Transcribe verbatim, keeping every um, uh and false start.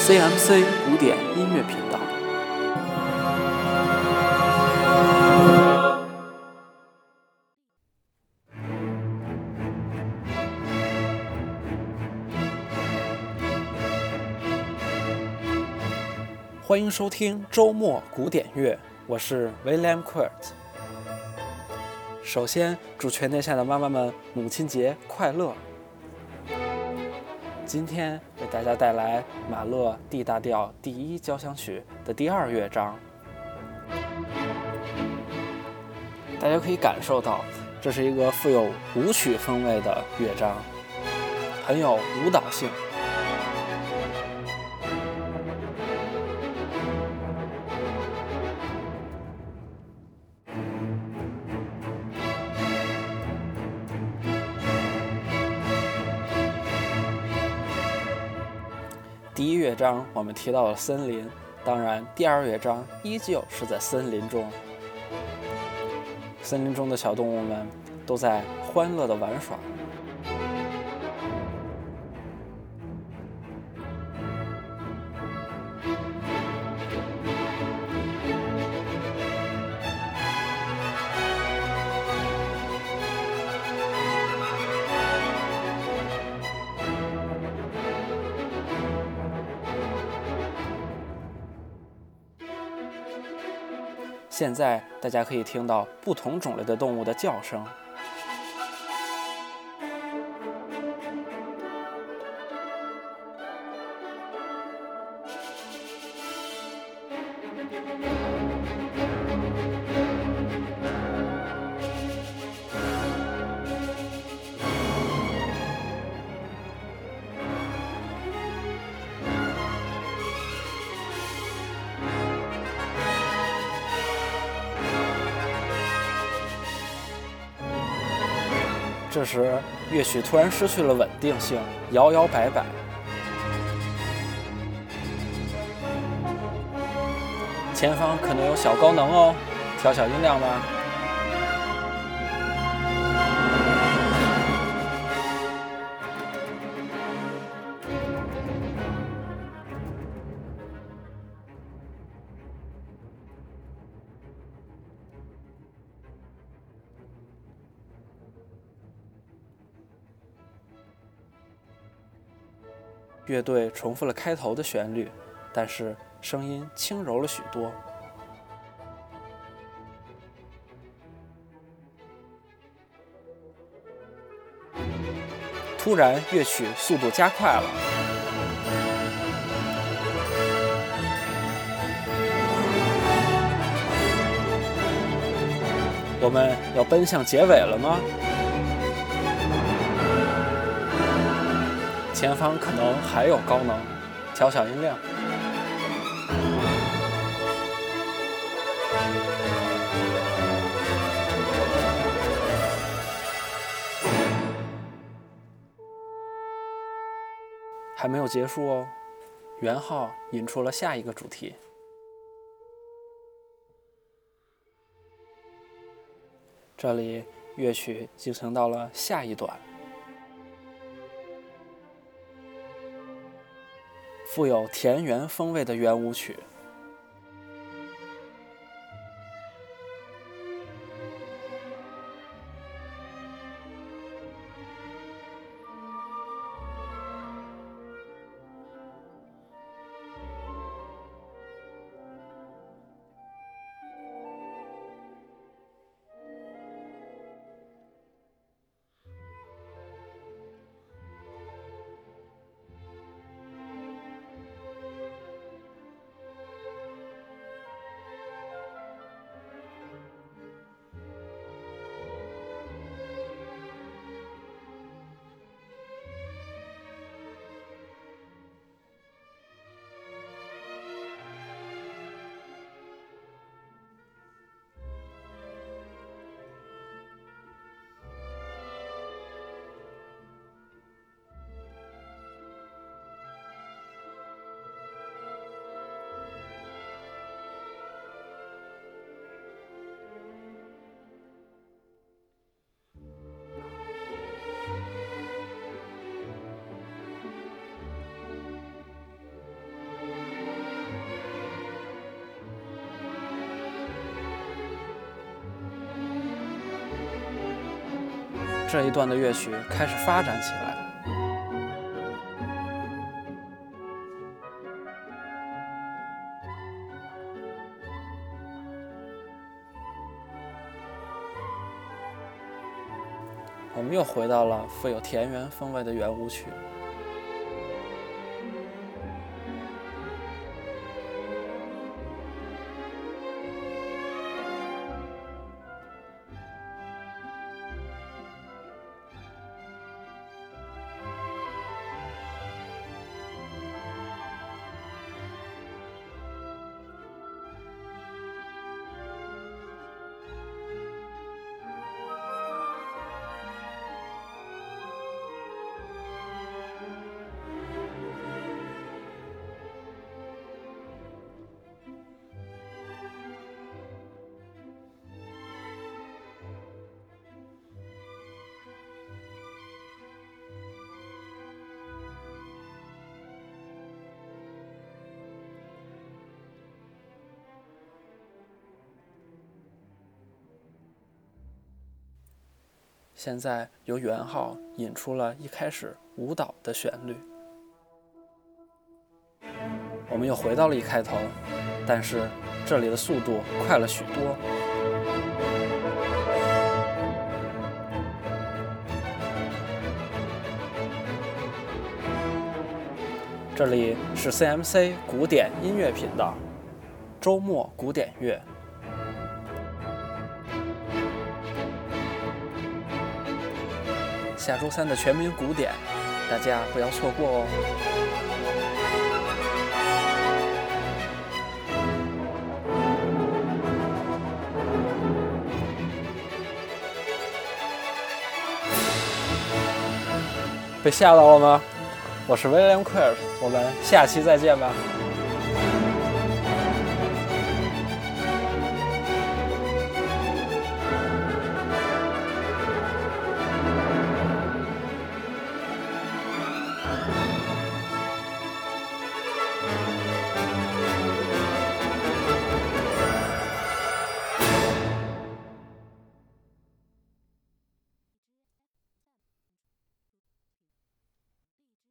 C M C 古典音乐频道。欢迎收听周末古典乐，我是 William Quirt。首先，祝全天下的妈妈们母亲节快乐！今天为大家带来马勒 D 大调第一交响曲的第二乐章。大家可以感受到，这是一个富有舞曲风味的乐章，很有舞蹈性。第一乐章我们提到了森林，当然第二乐章依旧是在森林中。森林中的小动物们都在欢乐地玩耍。现在大家可以听到不同种类的动物的叫声。这时，乐曲突然失去了稳定性，摇摇摆摆。前方可能有小高能哦，调小音量吧。乐队重复了开头的旋律，但是声音轻柔了许多。突然，乐曲速度加快了。我们要奔向结尾了吗？前方可能还有高能，调小音量。还没有结束哦，圆号引出了下一个主题。这里乐曲进行到了下一段。富有田园风味的圆舞曲。 这一段的乐曲开始发展起来。我们又回到了富有田园风味的圆舞曲。现在由圆号引出了一开始舞蹈的旋律，我们又回到了一开头，但是这里的速度快了许多。这里是 C M C 古典音乐频道，周末古典乐。下周三的全民古典，大家不要错过哦。被吓到了吗？我是威廉奎尔，我们下期再见吧。